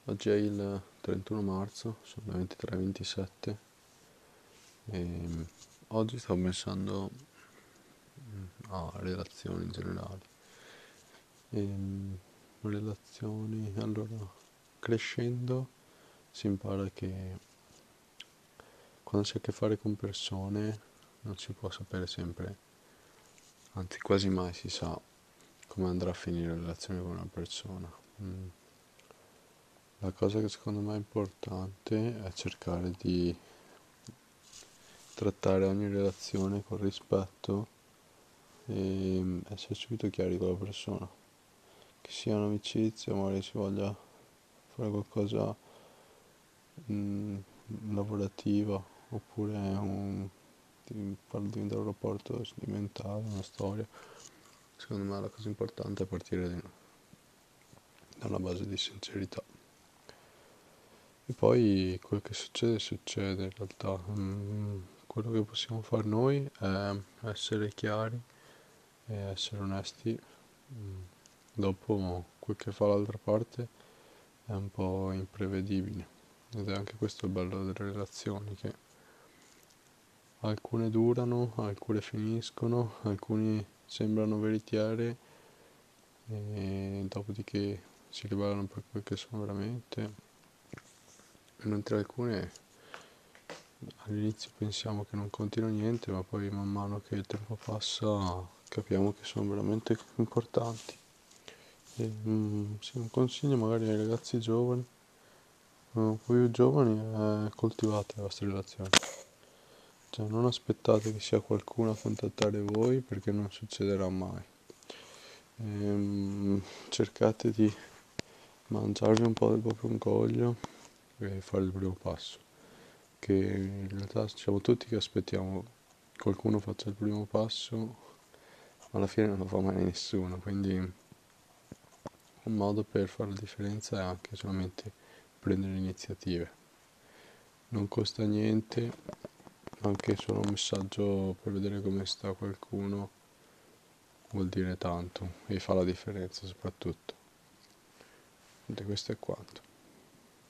Oggi è il 31 marzo, sono le 23:27 e oggi sto pensando a relazioni in generale. Relazioni, allora, crescendo si impara che quando si ha a che fare con persone non si può sapere sempre, anzi quasi mai si sa come andrà a finire la relazione con una persona. La cosa che secondo me è importante è cercare di trattare ogni relazione con rispetto e essere subito chiari con la persona. Che sia un'amicizia, magari si voglia fare qualcosa mh, lavorativa, oppure farlo diventare un rapporto sentimentale, una storia. Secondo me la cosa importante è partire da una base di sincerità. E poi quel che succede, succede in realtà. Quello che possiamo fare noi è essere chiari e essere onesti. Dopo quel che fa l'altra parte è un po' imprevedibile. Ed è anche questo il bello delle relazioni, che alcune durano, alcune finiscono, alcuni sembrano veritiere e dopodiché si rivelano per quel che sono veramente, mentre alcune all'inizio pensiamo che non contino niente, ma poi man mano che il tempo passa capiamo che sono veramente importanti. Sì, un consiglio magari ai ragazzi giovani, un po' più giovani, è coltivate le vostre relazioni. Cioè, non aspettate che sia qualcuno a contattare voi perché non succederà mai. Cercate di mangiarvi un po' del proprio orgoglio e fare il primo passo. Che in realtà siamo tutti che aspettiamo che qualcuno faccia il primo passo, ma alla fine non lo fa mai nessuno, quindi un modo per fare la differenza è anche solamente prendere iniziative. Non costa niente, anche solo un messaggio per vedere come sta qualcuno vuol dire tanto e fa la differenza soprattutto. E questo è quanto.